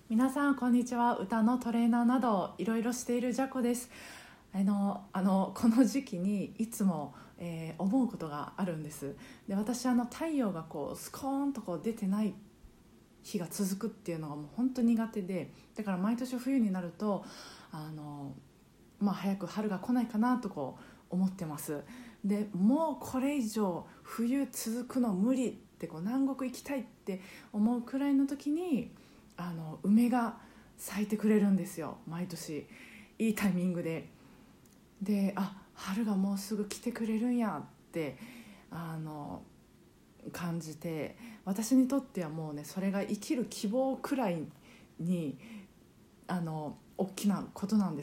皆さんこんにちは。歌のトレーナーなどいろいろしているジャコです。この時期にいつも、思うことがあるんです。で、私太陽がスコーンと出てない日が続くっていうのがもう本当苦手で、だから毎年冬になると早く春が来ないかなと思ってます。でもうこれ以上冬続くの無理って南国行きたいって思うくらいの時に梅が咲いてくれるんですよ、毎年いいタイミングで。春がもうすぐ来てくれるんやって感じて、私にとってはもうね、それが生きる希望くらいに大きなことなんです。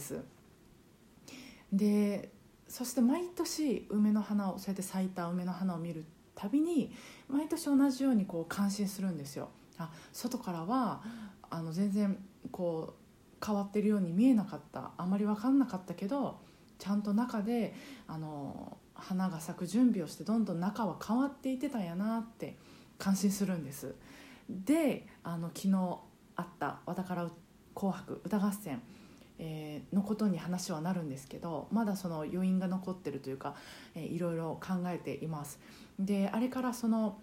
でそして毎年梅の花をそうやって咲いた梅の花を見るたびに毎年同じように感心するんですよ。外からは全然変わってるように見えなかった、あまり分かんなかったけど、ちゃんと中で花が咲く準備をしてどんどん中は変わっていってたんやなって感心するんです。で昨日あった「わだから紅白歌合戦」のことに話はなるんですけど、まだその余韻が残ってるというか、いろいろ考えています。であれから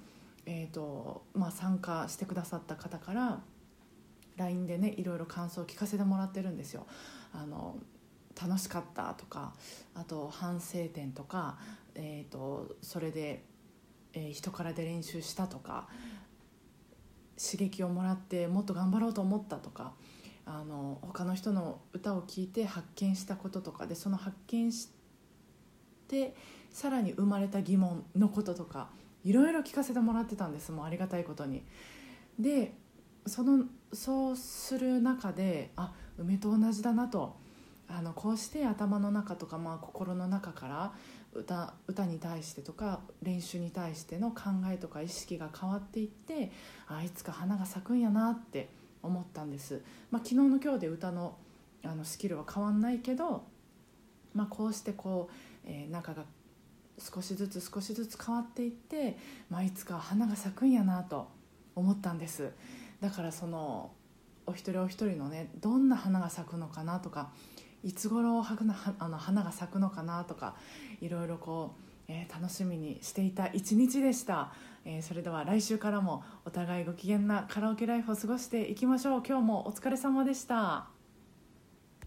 参加してくださった方から LINE でね、いろいろ感想を聞かせてもらってるんですよ。楽しかったとか、あと反省点とか、それで、人からで練習したとか、刺激をもらってもっと頑張ろうと思ったとか、他の人の歌を聴いて発見したこととかで、その発見してさらに生まれた疑問のこととか、いろいろ聞かせてもらってたんです。もうありがたいことに。でそうする中で梅と同じだなと、こうして頭の中とか、心の中から歌に対してとか練習に対しての考えとか意識が変わっていって、いつか花が咲くんやなって思ったんです。昨日の今日で歌のスキルは変わんないけど、こうして中が少しずつ変わっていって、いつか花が咲くんやなと思ったんです。だからお一人お一人のね、どんな花が咲くのかなとか、いつ頃花が咲くのかなとか、いろいろ楽しみにしていた一日でした。それでは来週からもお互いご機嫌なカラオケライフを過ごしていきましょう。今日もお疲れ様でした。